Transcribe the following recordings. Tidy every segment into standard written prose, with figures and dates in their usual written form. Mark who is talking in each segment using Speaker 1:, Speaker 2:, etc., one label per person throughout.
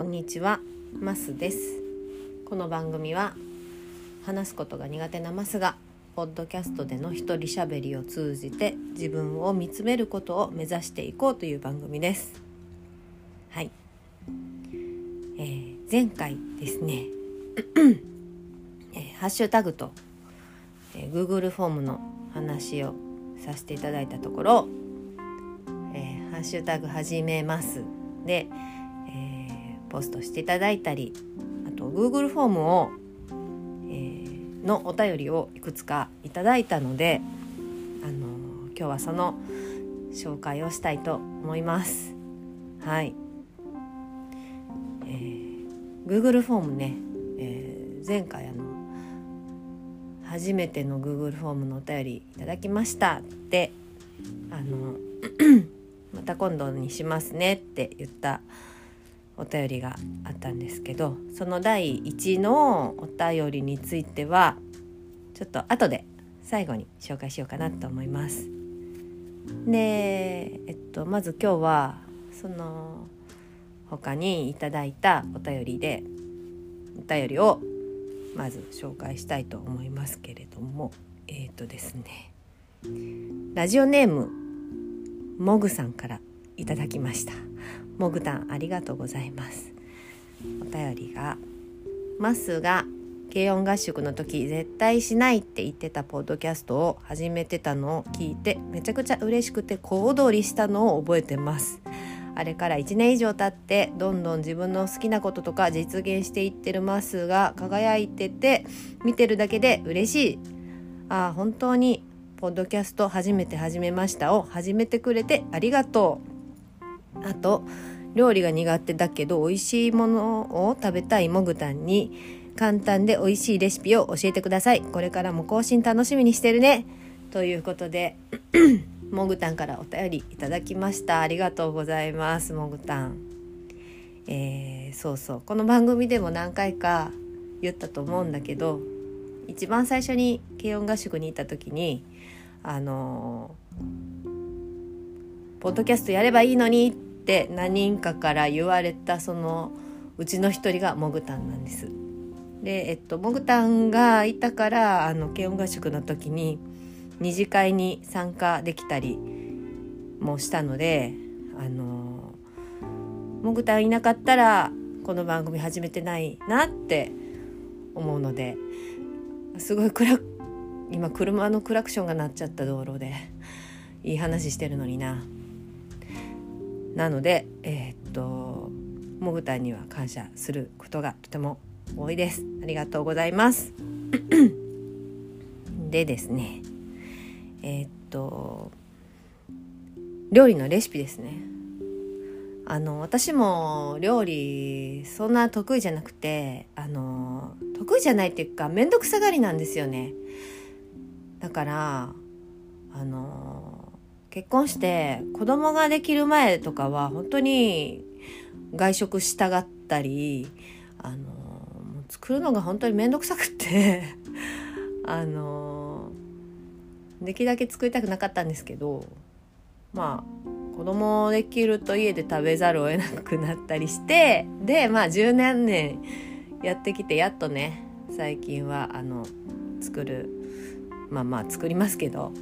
Speaker 1: んにちは、マスです。この番組は話すことが苦手なマスがポッドキャストでの一人しゃべりを通じて自分を見つめることを目指していこうという番組です。はい、前回ですねハッシュタグと、Google フォームの話をさせていただいたところ、ハッシュタグ始めますで、ポストしていただいたり、あと Google フォームを、のお便りをいくつかいただいたので、今日はその紹介をしたいと思います。はい、Google フォームね、前回初めての Google フォームのお便りいただきましたってまた今度にしますねって言ったお便りがあったんですけど、その第1のお便りについてはちょっと後で最後に紹介しようかなと思います。で、まず今日はその他にいただいたお便りをまず紹介したいと思いますけれども、ですね、ラジオネームもぐさんからいただきました。もぐたん、ありがとうございます。お便りが、マスが軽音合宿の時絶対しないって言ってたポッドキャストを始めてたのを聞いてめちゃくちゃ嬉しくて小躍りしたのを覚えてます。あれから1年以上経ってどんどん自分の好きなこととか実現していってるマスが輝いてて見てるだけで嬉しい。本当にポッドキャスト初めて始めましたを始めてくれてありがとう。あと料理が苦手だけど美味しいものを食べたいもぐたんに簡単で美味しいレシピを教えてください。これからも更新楽しみにしてるね、ということでもぐたんからお便りいただきました。ありがとうございます、もぐたん。そうこの番組でも何回か言ったと思うんだけど、一番最初に軽音合宿に行った時にポッドキャストやればいいのにって何人かから言われたそのうちの一人がもぐたんなんです。で、もぐたんがいたから軽音合宿の時に二次会に参加できたりもしたので、もぐたんいなかったらこの番組始めてないなって思うので、すごい今車のクラクションが鳴っちゃった道路でいい話してるのになので、もぐたんには感謝することがとても多いです。ありがとうございますでですね、料理のレシピですね。私も料理そんな得意じゃなくて、得意じゃないっていうかめんどくさがりなんですよね。だから結婚して子供ができる前とかは本当に外食したがったり作るのが本当にめんどくさくってできるだけ作りたくなかったんですけど、子供できると家で食べざるを得なくなったりして、で10年やってきてやっとね最近は作りますけど、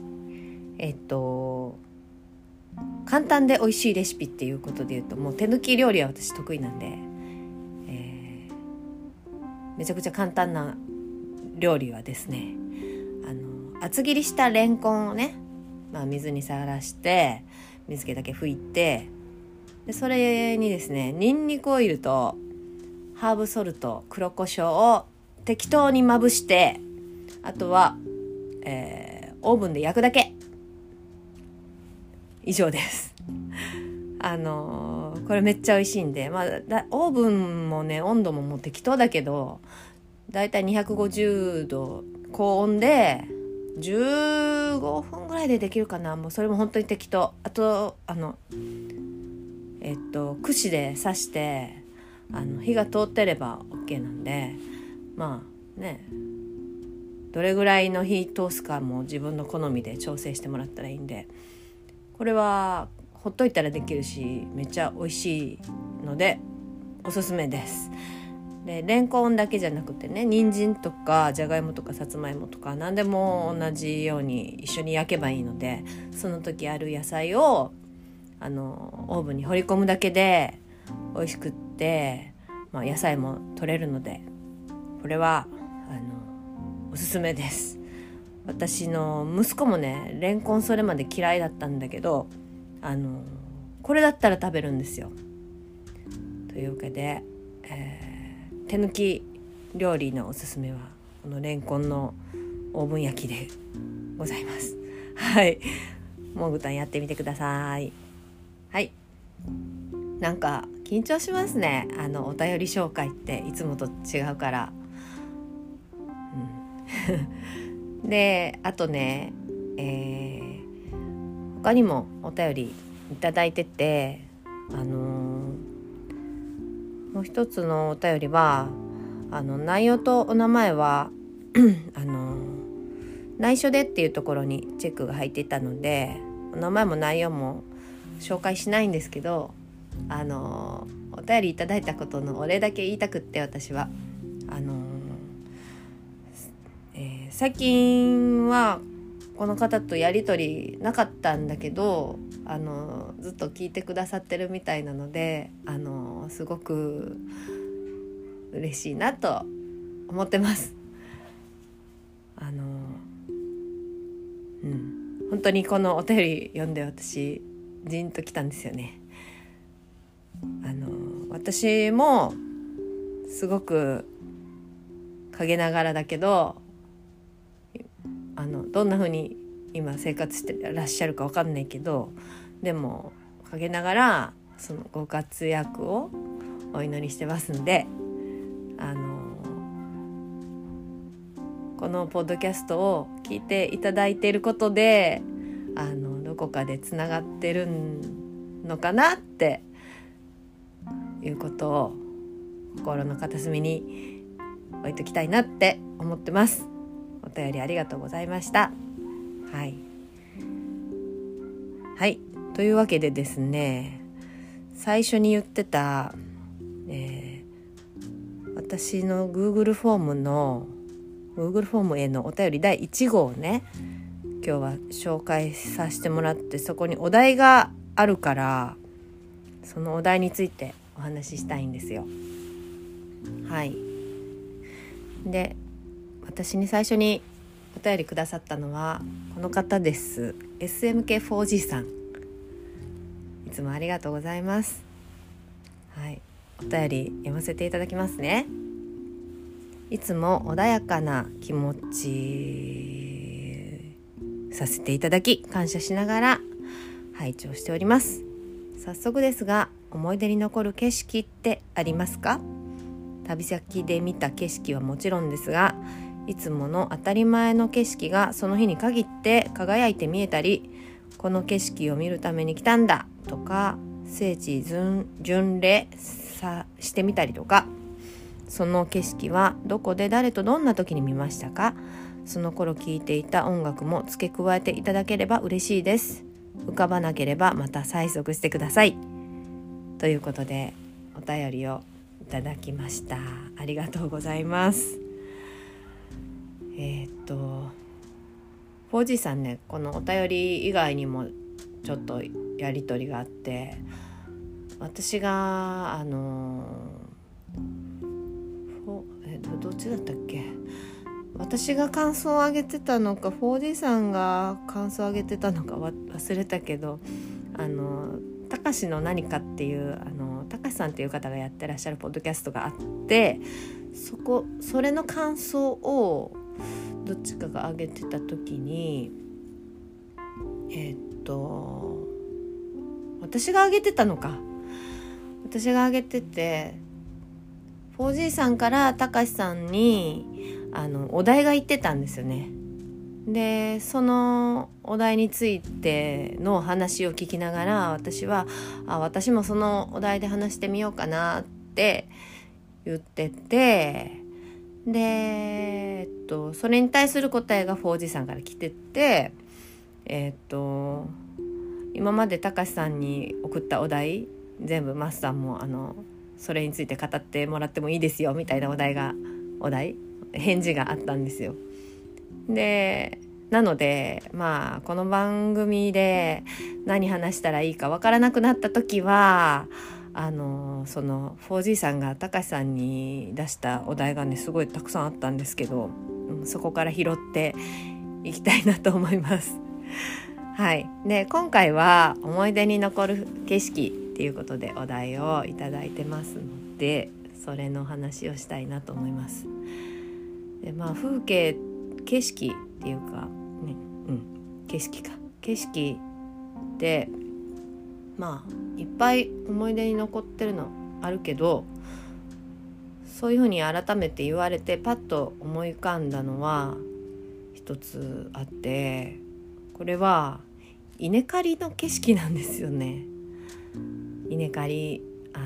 Speaker 1: 簡単で美味しいレシピっていうことで言うと、もう手抜き料理は私得意なんで、めちゃくちゃ簡単な料理はですね、厚切りしたレンコンをね、水にさらして水気だけ拭いて、でそれにですねニンニクオイルとハーブソルト、黒胡椒を適当にまぶして、あとは、オーブンで焼くだけ、以上ですこれめっちゃ美味しいんで、オーブンもね温度ももう適当だけどだいたい250度高温で15分ぐらいでできるかな。もうそれも本当に適当。あと串で刺して火が通ってれば OK なんで、どれぐらいの火通すかも自分の好みで調整してもらったらいいんで、これはほっといたらできるしめっちゃ美味しいのでおすすめです。でレンコンだけじゃなくてね、人参とかじゃがいもとかさつまいもとか何でも同じように一緒に焼けばいいので、その時ある野菜をオーブンに放り込むだけで美味しくって、野菜も取れるので、これはおすすめです。私の息子もね、レンコンそれまで嫌いだったんだけど、これだったら食べるんですよ。というわけで、手抜き料理のおすすめはこのレンコンのオーブン焼きでございます。はい、モグタンやってみてください。はい、なんか緊張しますね、お便り紹介っていつもと違うから、であとね、他にもお便りいただいてて、もう一つのお便りは内容とお名前は内緒でっていうところにチェックが入っていたので、お名前も内容も紹介しないんですけど、お便りいただいたことのお礼だけ言いたくって、私は最近はこの方とやり取りなかったんだけど、ずっと聞いてくださってるみたいなので、すごく嬉しいなと思ってます。本当にこのお便り読んで私ジンときたんですよね。私もすごく陰ながらだけど、どんな風に今生活してらっしゃるか分かんないけど、でも陰ながらそのご活躍をお祈りしてますんで、このポッドキャストを聞いていただいていることでどこかでつながってるのかなっていうことを心の片隅に置いときたいなって思ってます。お便りありがとうございました。はい、というわけでですね、最初に言ってた、私の Google フォームへのお便り第1号をね、今日は紹介させてもらって、そこにお題があるから、そのお題についてお話ししたいんですよ。はい。で、私に最初にお便りくださったのはこの方です。 SMK4G さん、いつもありがとうございます。はい、お便り読ませていただきますね。いつも穏やかな気持ちさせていただき感謝しながら拝聴しております。早速ですが、思い出に残る景色ってありますか？旅先で見た景色はもちろんですが、いつもの当たり前の景色がその日に限って輝いて見えたり、この景色を見るために来たんだとか、聖地巡礼してみたりとか、その景色はどこで誰とどんな時に見ましたか？その頃聴いていた音楽も付け加えていただければ嬉しいです。浮かばなければまた催促してください。ということでお便りをいただきました。ありがとうございます。4G さんね、このお便り以外にもちょっとやり取りがあって、私がどっちだったっけ、私が感想を上げてたのか 4G さんが感想を上げてたのか忘れたけど、たかしの何かっていうたかしさんっていう方がやってらっしゃるポッドキャストがあって、それの感想をどっちかが上げてた時に私が上げてたのか、私が上げてて 4G さんからたかしさんにお題が言ってたんですよね。でそのお題についての話を聞きながら、私もそのお題で話してみようかなって言ってて、でそれに対する答えが 4G さんから来てて、今までたかしさんに送ったお題全部マスさんもそれについて語ってもらってもいいですよみたいな返事があったんですよ。でなのでこの番組で何話したらいいかわからなくなった時はその 4G さんがたかしさんに出したお題がねすごいたくさんあったんですけど、そこから拾っていきたいなと思います。はい。で今回は思い出に残る景色っていうことでお題をいただいてますので、それの話をしたいなと思います。で風景景色っていうかね、景色っていっぱい思い出に残ってるのあるけど、そういうふうに改めて言われてパッと思い浮かんだのは一つあって、これは稲刈りの景色なんですよね。稲刈り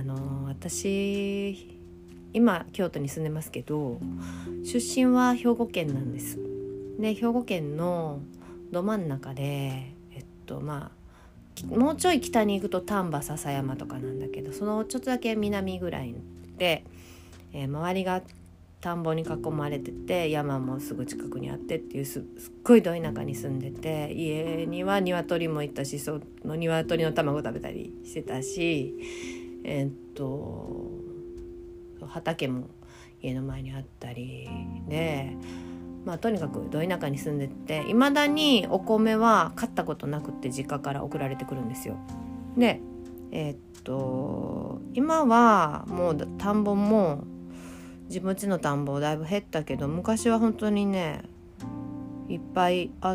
Speaker 1: 私今京都に住んでますけど、出身は兵庫県なんです。で兵庫県のど真ん中でもうちょい北に行くと丹波篠山とかなんだけど、そのちょっとだけ南ぐらいで、周りが田んぼに囲まれてて山もすぐ近くにあってっていうすっごいど田舎に住んでて、家には鶏もいたし、その鶏の卵食べたりしてたし、畑も家の前にあったりで、とにかくど田舎に住んでて、いまだにお米は買ったことなくて実家から送られてくるんですよ。で今はもう田んぼも自分家の田んぼだいぶ減ったけど、昔は本当にねいっぱいあって、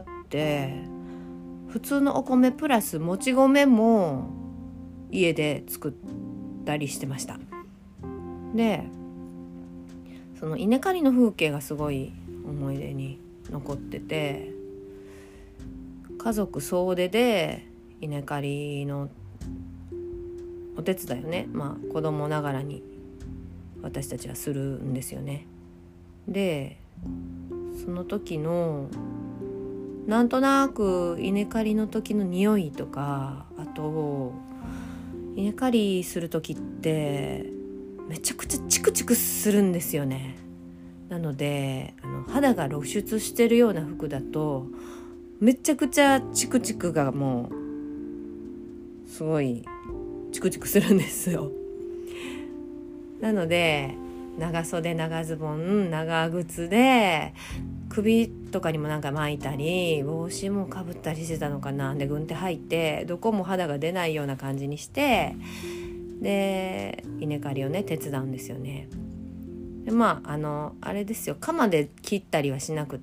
Speaker 1: 普通のお米プラスもち米も家で作ったりしてました。でその稲刈りの風景がすごい思い出に残ってて、家族総出で稲刈りのお手伝いをね、子供ながらに私たちはするんですよね。でその時のなんとなく稲刈りの時の匂いとか、あと稲刈りする時ってめちゃくちゃチクチクするんですよね。なので肌が露出してるような服だとめちゃくちゃチクチクがもうすごいチクチクするんですよ。なので長袖長ズボン長靴で首とかにも巻いたり帽子もかぶったりしてたのかな。で軍手履いてどこも肌が出ないような感じにして、で稲刈りをね手伝うんですよね。であれですよ、鎌で切ったりはしなくって、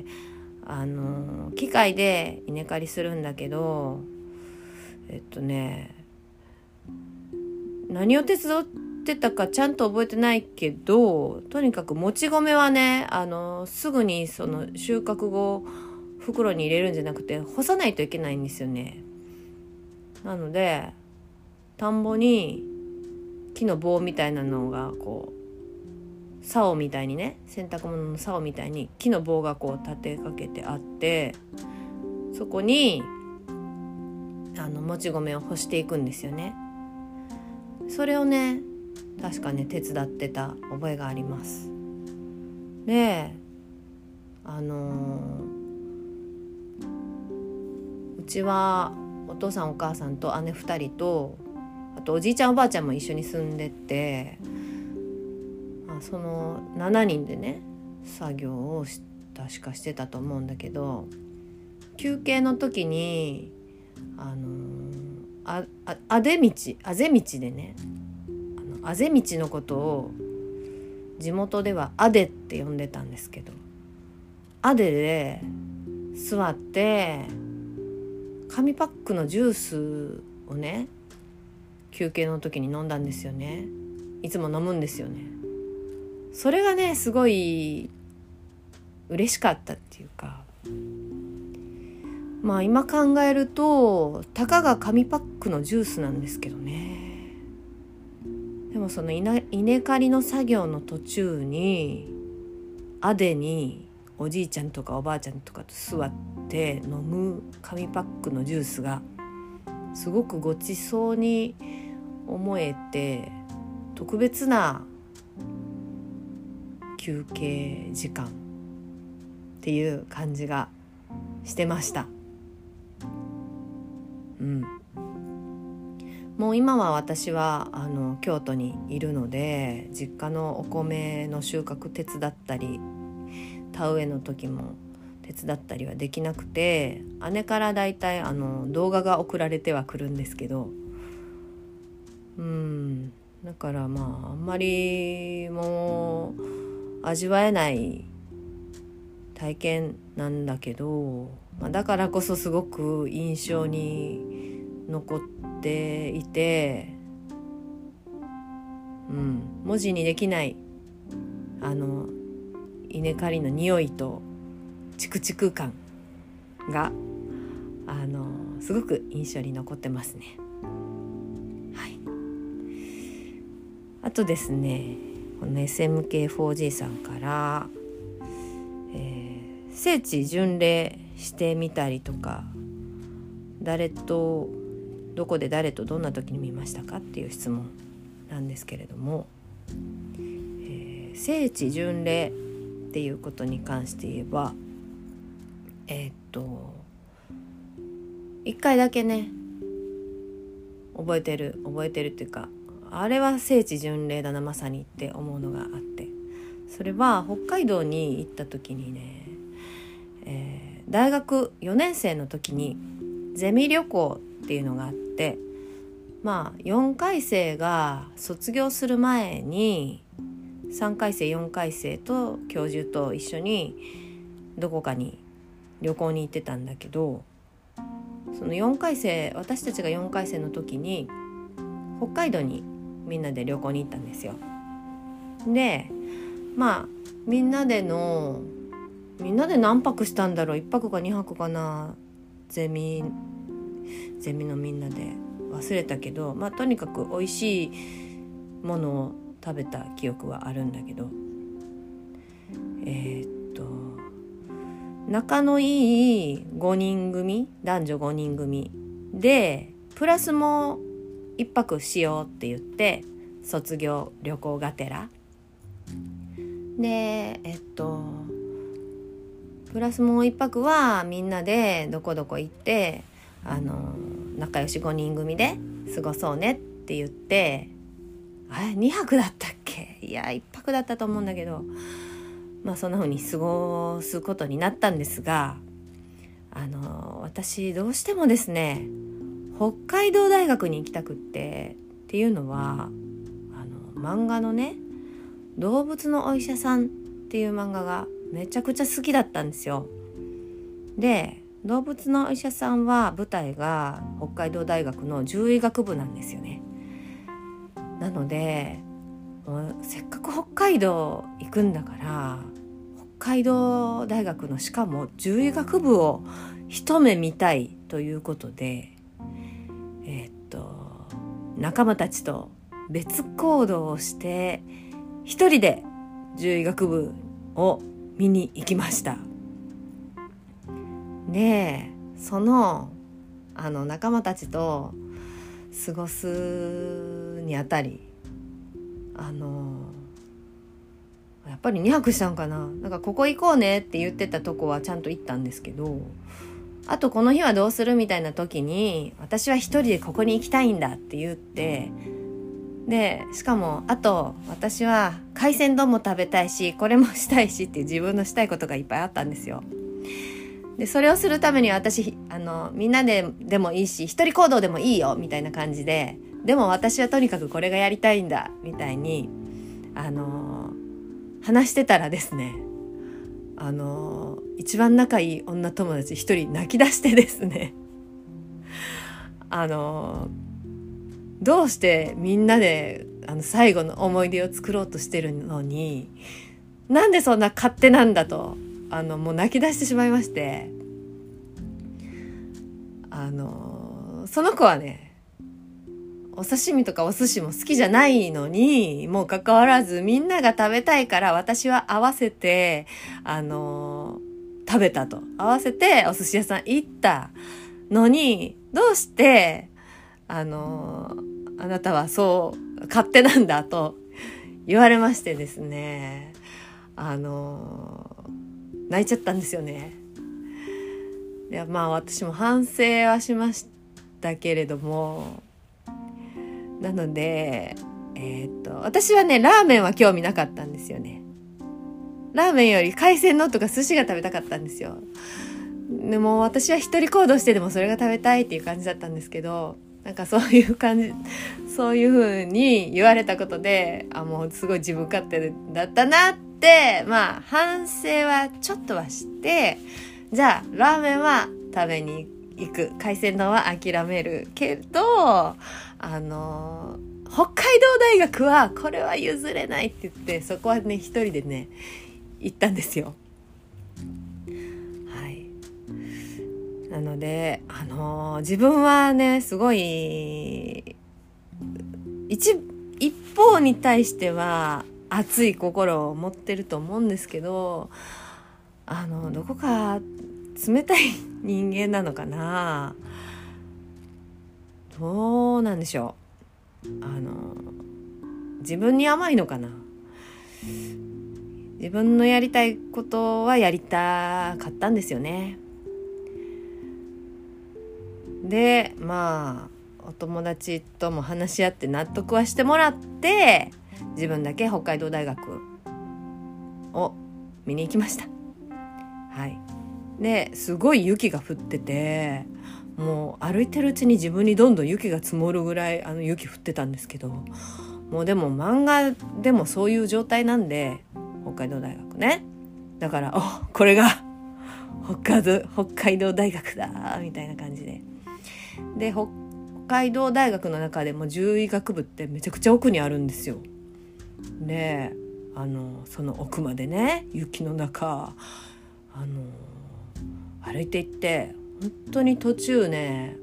Speaker 1: 機械で稲刈りするんだけど、何を手伝ってたかちゃんと覚えてないけど、とにかくもち米はねすぐにその収穫後袋に入れるんじゃなくて干さないといけないんですよね。なので田んぼに木の棒みたいなのがこう竿みたいにね、洗濯物の竿みたいに木の棒がこう立てかけてあって、そこにもち米を干していくんですよね。それをね確かね手伝ってた覚えがあります。でうちはお父さんお母さんと姉2人と、あとおじいちゃんおばあちゃんも一緒に住んでて、その7人でね作業を確かしてたと思うんだけど、休憩の時にあぜ道でね、あぜ道のことを地元ではあでって呼んでたんですけど、あで座って紙パックのジュースをね休憩の時に飲んだんですよね。いつも飲むんですよね。それがねすごい嬉しかったっていうか、今考えるとたかが紙パックのジュースなんですけどね。でもその稲刈りの作業の途中にあでにおじいちゃんとかおばあちゃんとかと座って飲む紙パックのジュースがすごくごちそうに思えて、 特別な休憩時間っていう感じがしてました。もう今は私は京都にいるので、実家のお米の収穫手伝ったり、田植えの時も手伝ったりはできなくて、姉からだいたい動画が送られてはくるんですけど、だからあんまりもう味わえない体験なんだけど、だからこそすごく印象に残っていて、文字にできない稲刈りの匂いとチクチク感がすごく印象に残ってますね。はい。あとですね、この SMK4G さんから、聖地巡礼してみたりとか、どこで誰とどんな時に見ましたかっていう質問なんですけれども、聖地巡礼っていうことに関して言えば、一回だけね覚えてるっていうか、あれは聖地巡礼だなまさにって思うのがあって、それは北海道に行った時にね、大学4年生の時にゼミ旅行っていうのがあって、4回生が卒業する前に3回生4回生と教授と一緒にどこかに旅行に行ってたんだけど、その私たちが4回生の時に北海道にみんなで旅行に行ったんですよ。でみんなで何泊したんだろう、1泊か2泊かな、ゼミのみんなで忘れたけど、とにかく美味しいものを食べた記憶はあるんだけど、仲のいい5人組、男女5人組でプラスも1泊しようって言って、卒業旅行がてらでプラスもう1泊はみんなでどこどこ行って仲良し5人組で過ごそうねって言って、2泊だったっけ、いや1泊だったと思うんだけど、そんな風に過ごすことになったんですが、私どうしてもですね、北海道大学に行きたくってっていうのは、漫画のね、動物のお医者さんっていう漫画がめちゃくちゃ好きだったんですよ。で、動物のお医者さんは舞台が北海道大学の獣医学部なんですよね。なのでせっかく北海道行くんだから、北海道大学のしかも獣医学部を一目見たいということで、仲間たちと別行動をして一人で獣医学部を見に行きました。で、その仲間たちと過ごすにあたり、やっぱり2泊したんかな、なんかここ行こうねって言ってたとこはちゃんと行ったんですけど、あとこの日はどうするみたいな時に、私は一人でここに行きたいんだって言って、でしかもあと私は海鮮丼も食べたいし、これもしたいしっていう自分のしたいことがいっぱいあったんですよ。でそれをするために私みんなでもいいし、一人行動でもいいよみたいな感じで、でも私はとにかくこれがやりたいんだみたいに話してたらですね、一番仲いい女友達一人泣き出してですねどうしてみんなで最後の思い出を作ろうとしてるのに、なんでそんな勝手なんだともう泣き出してしまいまして、その子はね、お刺身とかお寿司も好きじゃないのにもうかかわらず、みんなが食べたいから私は合わせて食べたと、合わせてお寿司屋さん行ったのに、どうしてあなたはそう勝手なんだと言われましてですね、泣いちゃったんですよね。いや、私も反省はしましたけれども、なので私はねラーメンは興味なかったんですよね。ラーメンより海鮮のとか寿司が食べたかったんですよ。でも私は一人行動してでもそれが食べたいっていう感じだったんですけど、なんかそういう風に言われたことで、もうすごい自分勝手だったなって反省はちょっとはして、じゃあラーメンは食べに行く、海鮮丼は諦めるけど、北海道大学はこれは譲れないって言って、そこはね一人でね行ったんですよ。はい。なので自分はねすごい一方に対しては熱い心を持ってると思うんですけど、どこか冷たい人間なのかな、どうなんでしょう。自分に甘いのかな。自分のやりたいことはやりたかったんですよね。でお友達とも話し合って納得はしてもらって、自分だけ北海道大学を見に行きました。はい。ですごい雪が降ってて、もう歩いてるうちに自分にどんどん雪が積もるぐらい雪降ってたんですけど、もうでも漫画でもそういう状態なんで、北海道大学ね、だからこれが北海道大学だみたいな感じで、北海道大学の中でも獣医学部ってめちゃくちゃ奥にあるんですよ。でその奥までね雪の中歩いて行って、本当に途中ね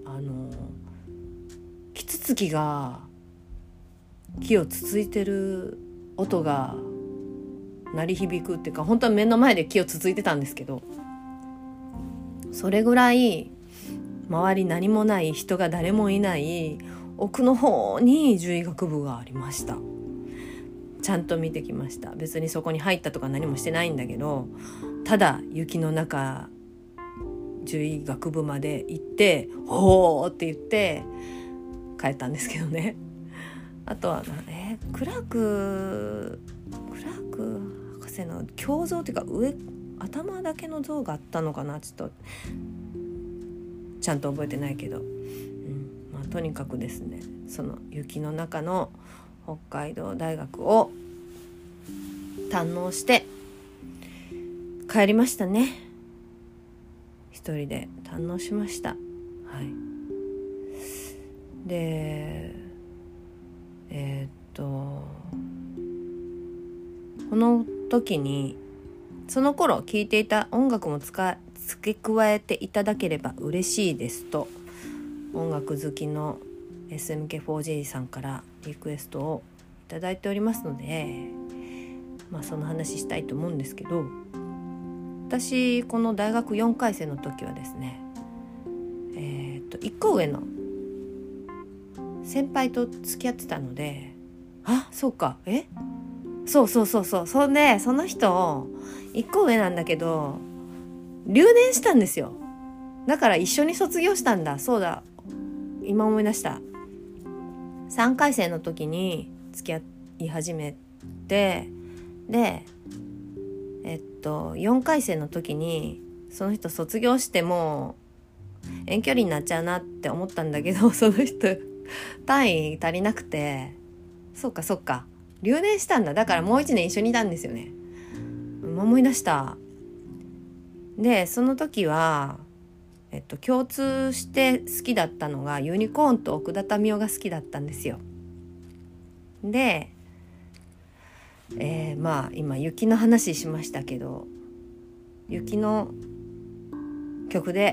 Speaker 1: キツツキが木をつついてる音が鳴り響くっていうか、本当は目の前で木をつついてたんですけど、それぐらい周り何もない、人が誰もいない奥の方に獣医学部がありました。ちゃんと見てきました。別にそこに入ったとか何もしてないんだけど、ただ雪の中獣医学部まで行ってほーって言って帰ったんですけどね。あとはクラーク博士の胸像っていうか頭だけの像があったのかな、ちょっとちゃんと覚えてないけど、とにかくですね、その雪の中の北海道大学を堪能して帰りましたね。一人で堪能しました。はい。でこの時にその頃聴いていた音楽も付け加えていただければ嬉しいですと、音楽好きの SMK4G さんからリクエストをいただいておりますので、その話したいと思うんですけど、私この大学4回生の時はですね、1個上の先輩と付き合ってたので、そうか、そうそんでその人1個上なんだけど留年したんですよ。だから一緒に卒業したんだ。そうだ、今思い出した。3回生の時に付き合い始めて、で4回生の時にその人卒業しても遠距離になっちゃうなって思ったんだけど、その人単位足りなくて、そうか留年したんだ。だからもう1年一緒にいたんですよね。思い出した。でその時は共通して好きだったのがユニコーンと奥田民生が好きだったんですよ。で今雪の話しましたけど、雪の曲で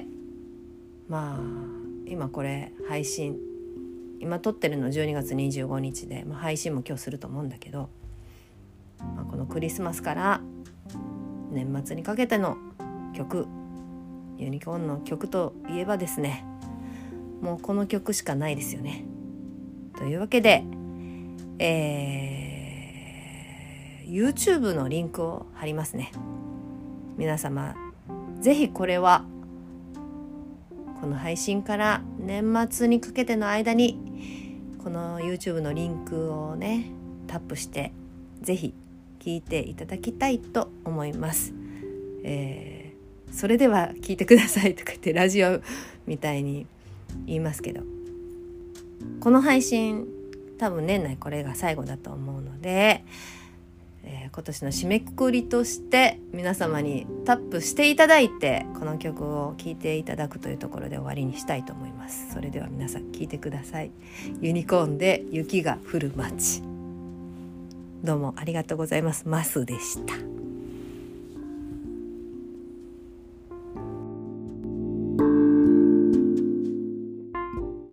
Speaker 1: 今これ配信、今撮ってるの12月25日で、配信も今日すると思うんだけど、このクリスマスから年末にかけての曲、ユニコーンの曲といえばですね、もうこの曲しかないですよね。というわけで YouTube のリンクを貼りますね。皆様ぜひこれはこの配信から年末にかけての間にこの YouTube のリンクをねタップしてぜひ聞いていただきたいと思います。それでは聞いてくださいとか言ってラジオみたいに言いますけど、この配信多分年内これが最後だと思うので、今年の締めくくりとして皆様にタップしていただいてこの曲を聴いていただくというところで終わりにしたいと思います。それでは皆さん聴いてください。ユニコーンで雪が降る街。どうもありがとうございます。マスでした。